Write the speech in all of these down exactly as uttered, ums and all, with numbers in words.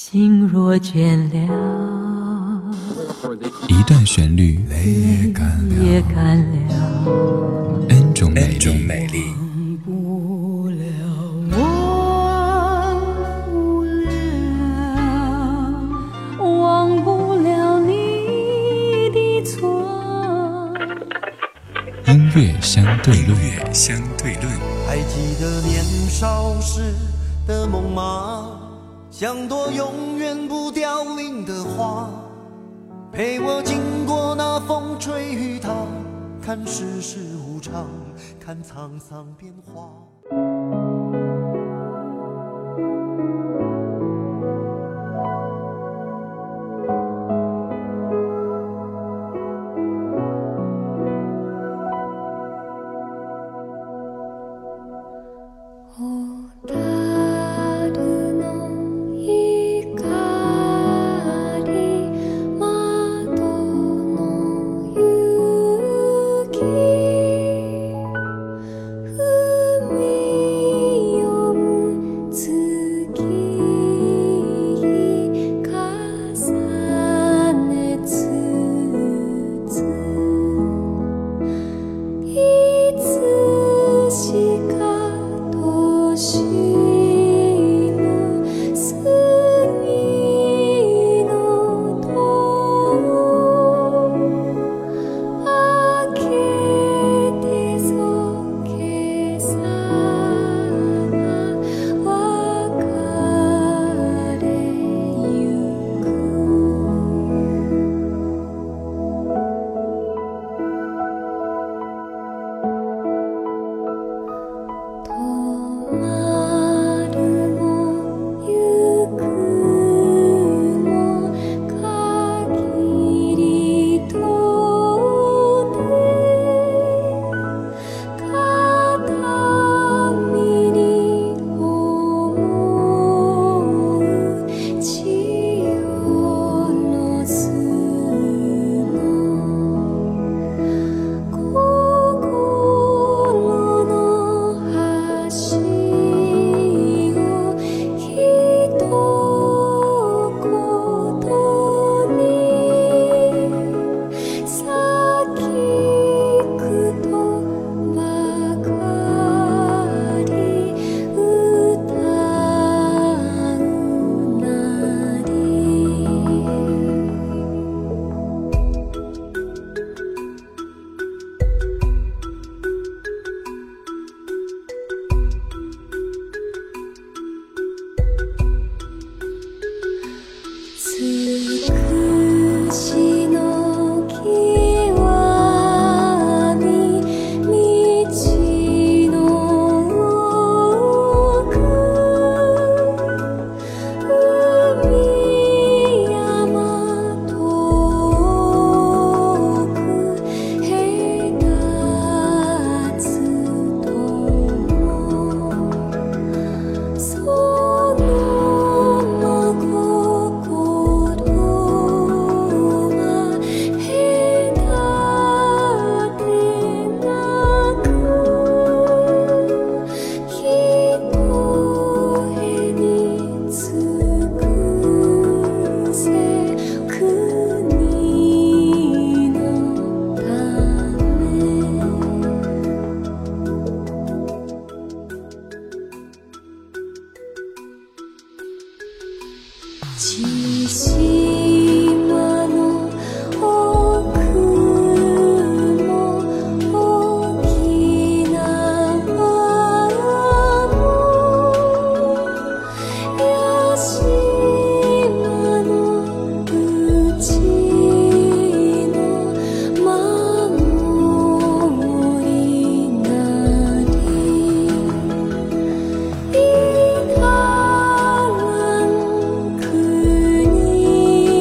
心若倦了， 一段旋律也干了， 也干了 N 种美丽。 N 种美丽忘不了你的错。 音乐相对论， 音乐相对论。 还记得年少时的梦吗？像朵永远不凋零的花，陪我经过那风吹雨打，看世事无常，看沧桑变化。 你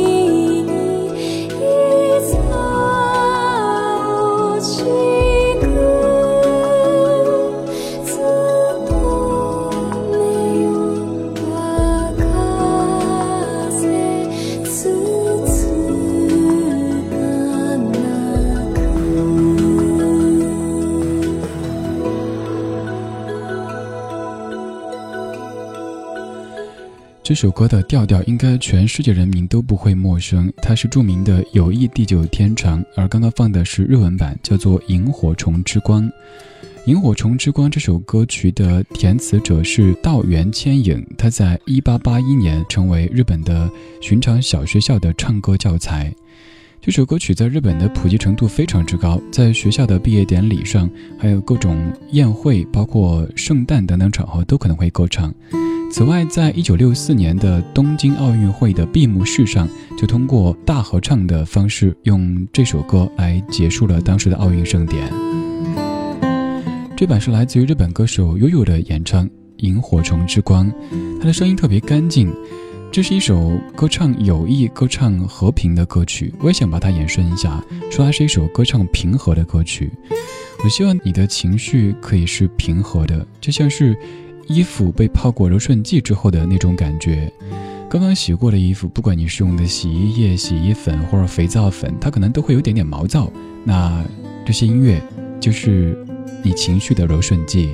这首歌的调调应该全世界人民都不会陌生，它是著名的友谊地久天长，而刚刚放的是日文版，叫做萤火虫之光。萤火虫之光这首歌曲的填词者是道元千影，他在一八八一年成为日本的寻常小学校的唱歌教材。这首歌曲在日本的普及程度非常之高，在学校的毕业典礼上，还有各种宴会，包括圣诞等等场合都可能会歌唱。此外，在一九六四年的东京奥运会的闭幕式上，就通过大合唱的方式，用这首歌来结束了当时的奥运盛典。这版是来自于日本歌手悠悠的演唱《萤火虫之光》，他的声音特别干净。这是一首歌唱友谊、歌唱和平的歌曲，我也想把它延伸一下，说它是一首歌唱平和的歌曲。我希望你的情绪可以是平和的，就像是衣服被泡过柔顺剂之后的那种感觉。刚刚洗过的衣服，不管你是用的洗衣液、洗衣粉或者肥皂粉，它可能都会有点点毛躁，那这些音乐就是你情绪的柔顺剂。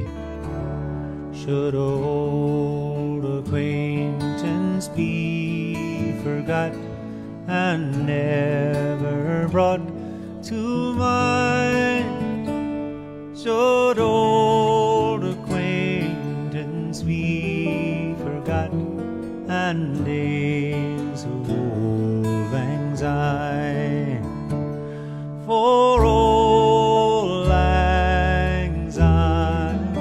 Should old acquaintance be forgot and never brought to mind? Should old acquaintance be forgot and days of old lang syne? For old lang syne,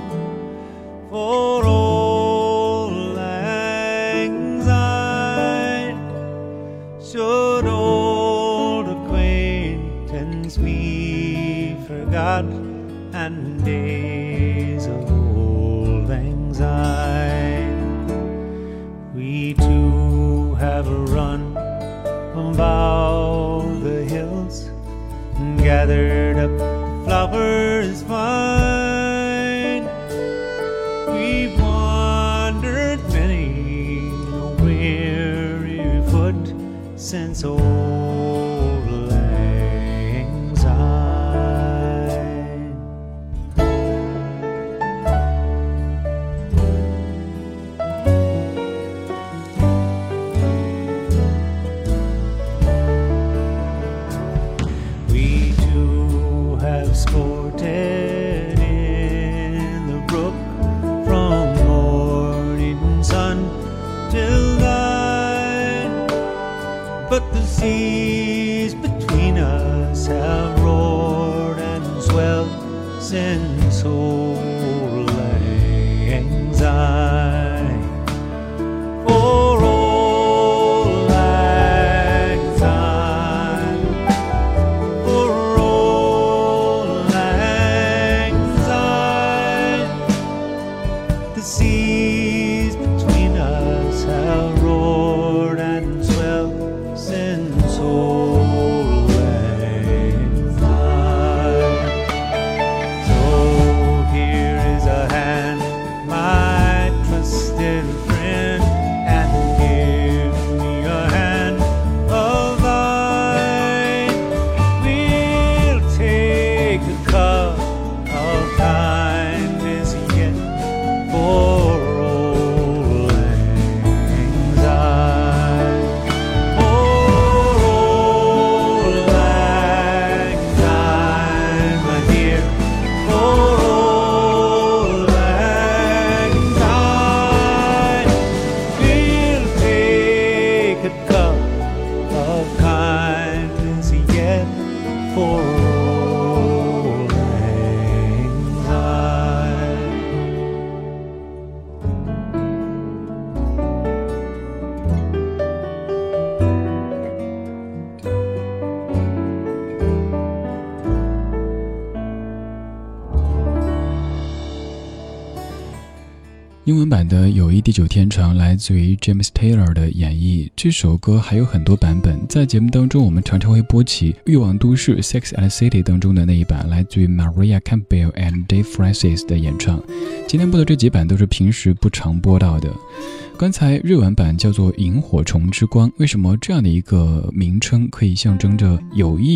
for old lang syne, should old acquaintance be forgot and days of old lang syne? We two have a run about the hills and gathered up flowers fine. We've wandered many a weary foot since old lang syne. We two have sported in the brook from morning sun till night, but the seas between us have roared and swelled since old lang syne. For old lang syne, for old lang syne, the seas between us have roared and swelled since old lang syne. So here is a hand, my trusted friend, and give me a hand of thine. We'll take a cup of kindness yet for old lang syne. For old lang syne, my dear, for old lang syne, we'll take a cup of kindness yet for old lang syne. 英文版的《友谊地久天长》来自于 James Taylor 的演绎。这首歌还有很多版本，在节目当中我们常常会播起《欲望都市》Sex and the City 当中的那一版，来自于 Maria Campbell and Dave Francis 的演唱。今天播的这几版都是平时不常播到的。刚才日文版叫做《萤火虫之光》，为什么这样的一个名称可以象征着友谊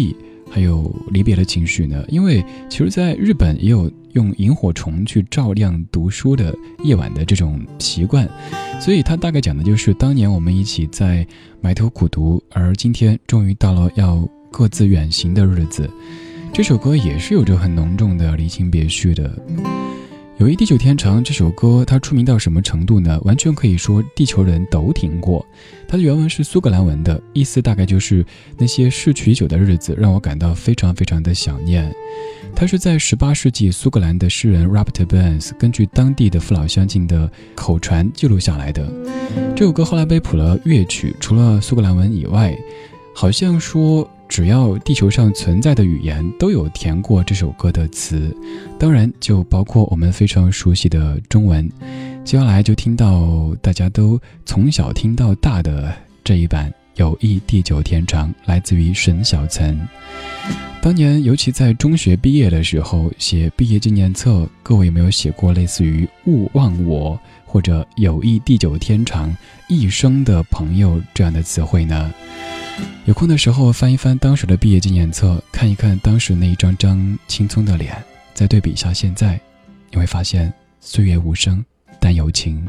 还有离别的情绪呢？因为其实在日本也有用萤火虫去照亮读书的夜晚的这种习惯，所以它大概讲的就是当年我们一起在埋头苦读，而今天终于到了要各自远行的日子。这首歌也是有着很浓重的离情别绪的。友谊地久天长这首歌它出名到什么程度呢？完全可以说地球人都听过。它的原文是苏格兰文的，意思大概就是那些逝去已久的日子让我感到非常非常的想念。它是在十八世纪苏格兰的诗人 Robert Burns 根据当地的父老乡亲的口传记录下来的。这首歌后来被谱了乐曲，除了苏格兰文以外，好像说只要地球上存在的语言都有填过这首歌的词，当然就包括我们非常熟悉的中文。接下来就听到大家都从小听到大的这一版《友谊地久天长》，来自于沈小岑。当年尤其在中学毕业的时候写毕业纪念册，各位有没有写过类似于勿忘我或者友谊地久天长、一生的朋友这样的词汇呢？有空的时候翻一翻当时的毕业纪念册，看一看当时那一张张青葱的脸，再对比一下现在，你会发现岁月无声，但有情。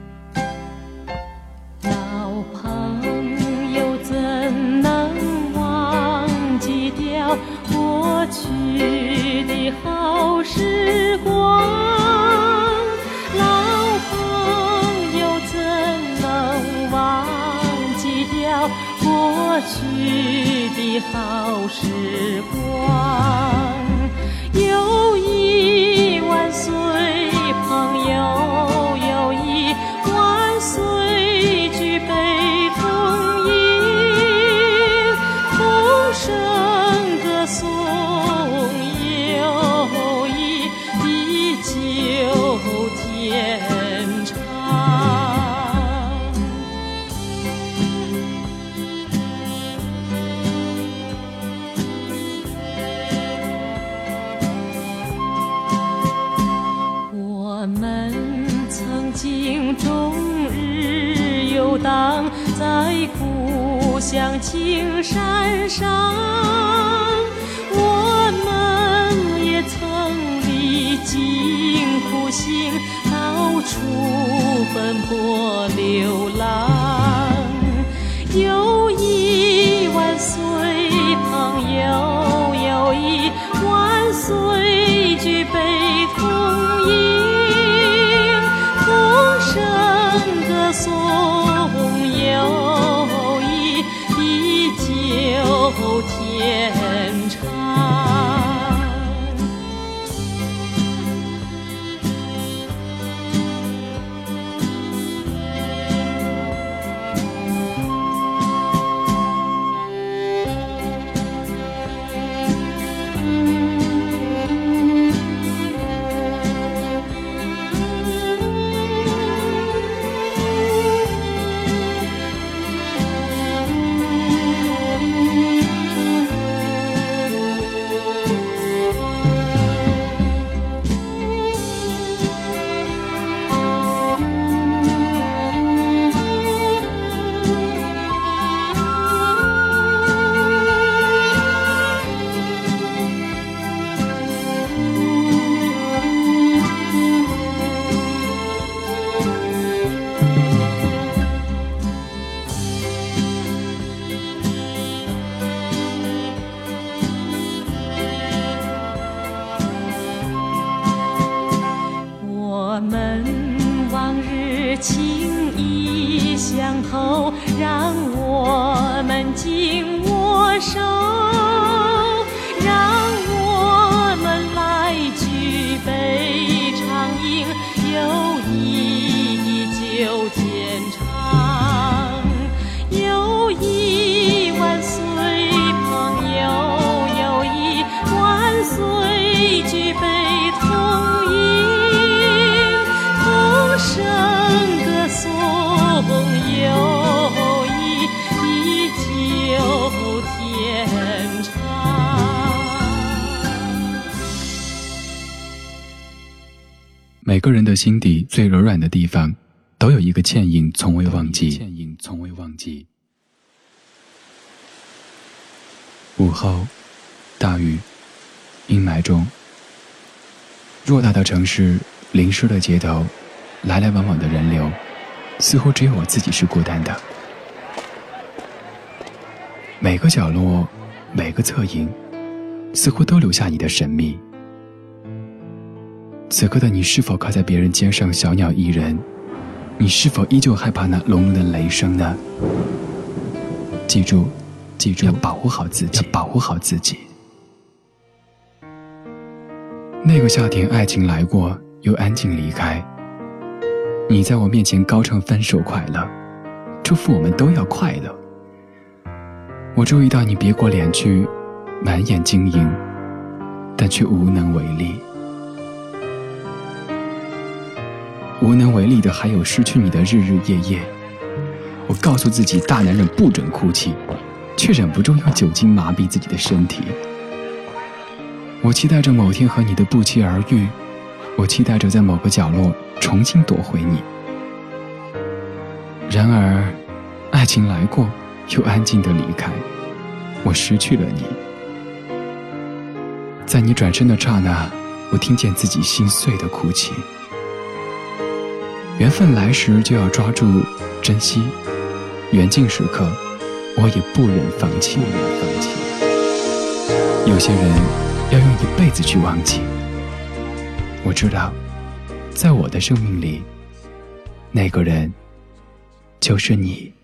老朋友怎能忘记掉过去的好时光？老朋友怎能忘记掉过去的好时光？友谊万岁，朋友友谊万岁，举杯同饮，同声歌颂友谊地久天长。我们曾经终日游荡在故乡青山上，我们也曾历经苦辛，到处奔波流浪。友谊万岁，朋友友谊万岁，举杯同饮，同声歌颂友谊地久天长。我们往日情谊相投，让我们紧握手，让我们来举杯畅饮，友谊地久天长。友谊万岁，朋友友谊万岁，举杯同饮，同声歌颂友谊地久天长。 每个人的心底最柔软的地方，都有一个倩影从未忘记。倩影从未忘记。午后， 大雨，阴霾中，偌大的城市，淋湿的街头，来来往往的人流，似乎只有我自己是孤单的。每个角落，每个侧影，似乎都留下你的神秘。此刻的你是否靠在别人肩上小鸟依人？你是否依旧害怕那隆隆的雷声呢？记住，记住，要保护好自己，要保护好自己。那个夏天，爱情来过，又安静离开。你在我面前高唱分手快乐，祝福我们都要快乐。我注意到你别过脸去，满眼晶莹，但却无能为力。无能为力的还有失去你的日日夜夜。我告诉自己，大男人不准哭泣，却忍不住用酒精麻痹自己的身体。我期待着某天和你的不期而遇，我期待着在某个角落重新夺回你。然而，爱情来过，又安静地离开，我失去了你。在你转身的刹那，我听见自己心碎的哭泣。缘分来时就要抓住珍惜，缘尽时刻，我也不忍放弃。不忍放弃。有些人要用一辈子去忘记。我知道，在我的生命里，那个人就是你。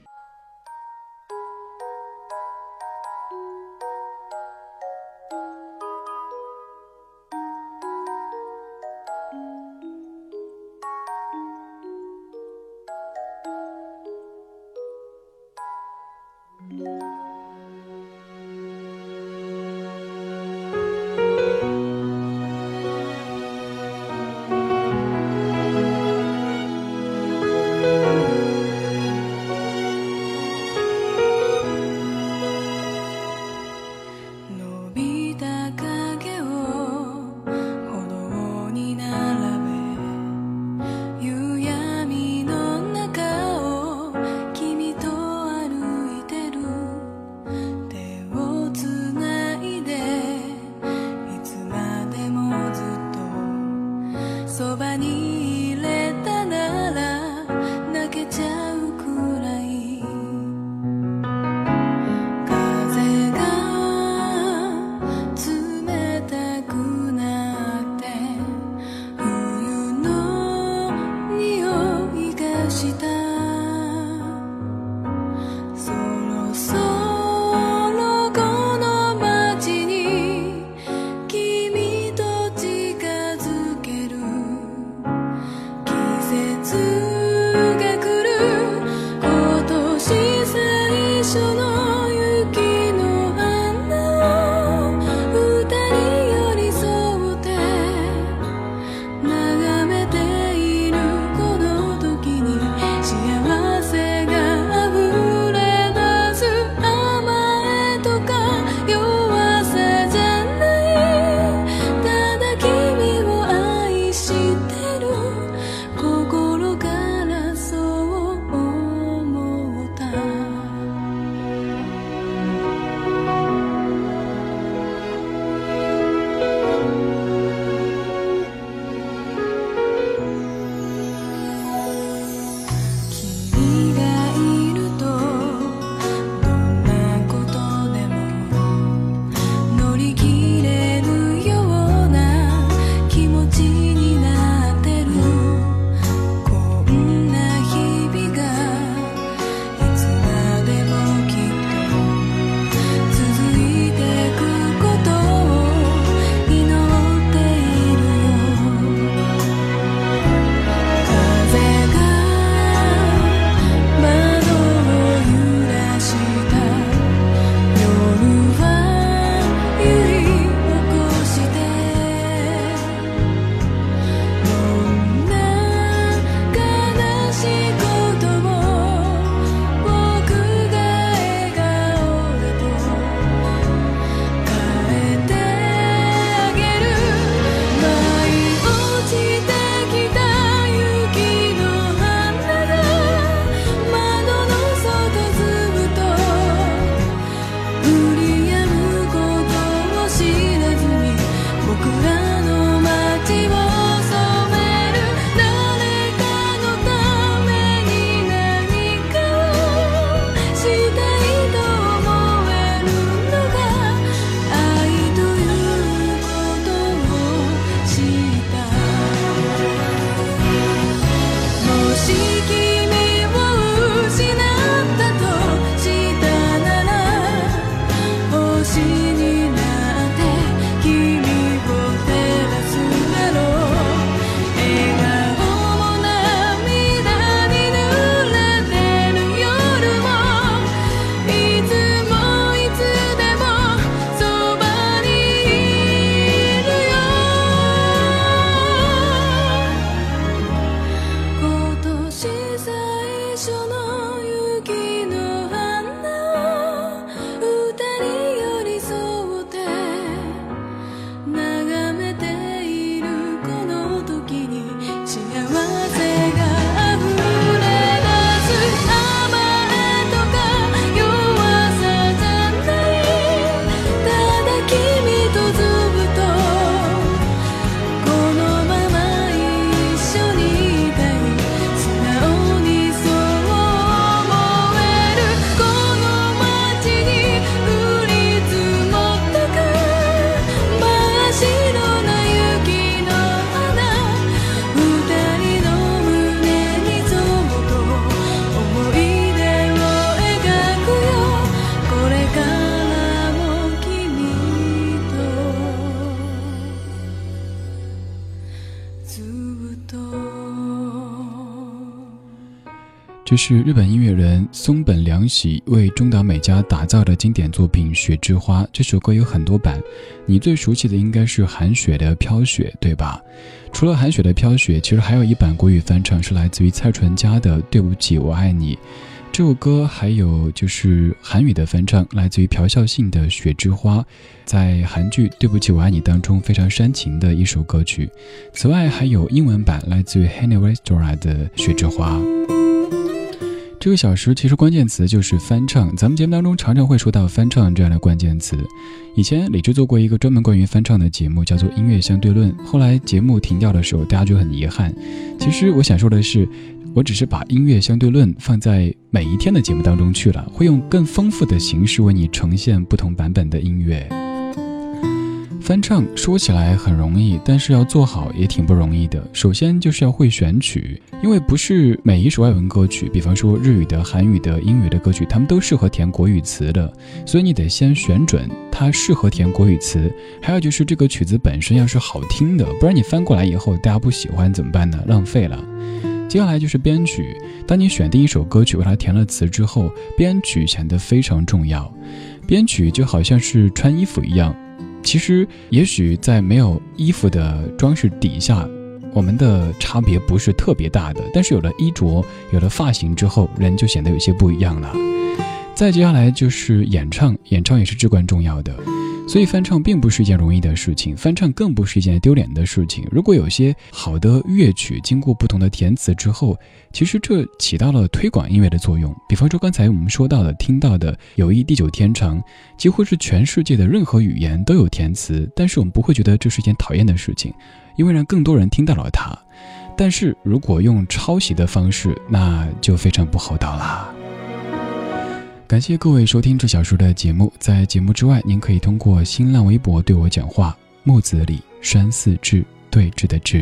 这是日本音乐人松本凉喜为中岛美嘉打造的经典作品《雪之花》。这首歌有很多版，你最熟悉的应该是韩雪的《飘雪》，对吧？除了韩雪的《飘雪》，其实还有一版国语翻唱是来自于蔡淳佳的《对不起我爱你》。这首歌还有就是韩语的翻唱，来自于朴孝信的《雪之花》，在韩剧《对不起我爱你》当中非常煽情的一首歌曲。此外还有英文版来自于 Henry Westora 的《雪之花》。这个小时其实关键词就是翻唱，咱们节目当中常常会说到翻唱这样的关键词。以前李志做过一个专门关于翻唱的节目，叫做音乐相对论，后来节目停掉的时候大家就很遗憾。其实我想说的是，我只是把音乐相对论放在每一天的节目当中去了，会用更丰富的形式为你呈现不同版本的音乐。翻唱说起来很容易，但是要做好也挺不容易的。首先就是要会选曲，因为不是每一首外文歌曲，比方说日语的、韩语的、英语的歌曲，他们都适合填国语词的，所以你得先选准它适合填国语词。还有就是这个曲子本身要是好听的，不然你翻过来以后大家不喜欢怎么办呢？浪费了。接下来就是编曲，当你选定一首歌曲为它填了词之后，编曲显得非常重要。编曲就好像是穿衣服一样，其实也许在没有衣服的装饰底下，我们的差别不是特别大的，但是有了衣着，有了发型之后，人就显得有些不一样了。再接下来就是演唱，演唱也是至关重要的。所以翻唱并不是一件容易的事情，翻唱更不是一件丢脸的事情。如果有些好的乐曲经过不同的填词之后，其实这起到了推广音乐的作用。比方说刚才我们说到的听到的友谊地久天长，几乎是全世界的任何语言都有填词，但是我们不会觉得这是一件讨厌的事情，因为让更多人听到了它。但是如果用抄袭的方式，那就非常不厚道啦。感谢各位收听这小时的节目，在节目之外您可以通过新浪微博对我讲话，木子李山寺志，对峙的志。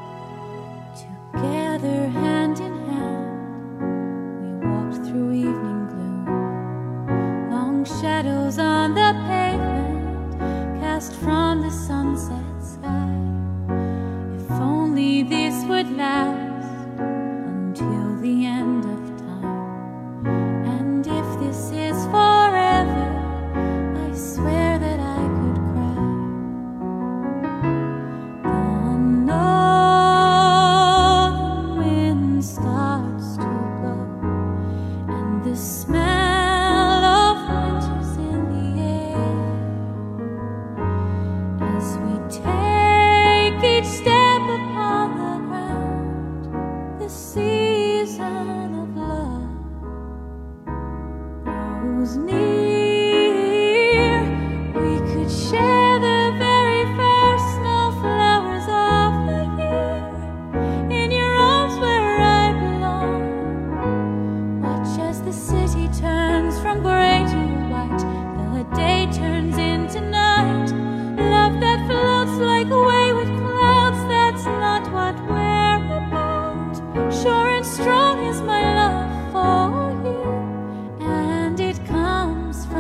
Together hand in hand we walked through evening gloom, long shadows on the pavement cast from the sunset sky. If only this would last until the end of if this is forever, I swear that I could cry. The northern wind starts to blow, and the smell of winter's in the air. As we take each step upon the ground, the season of love was near. We could share the very first snowflowers of the year. In your arms where I belong, watch as the city turns from gray to white, the day turns into night. Love that floats like wayward clouds, that's not what we're about. Sure and strong is my love for you, and it comes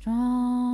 strong.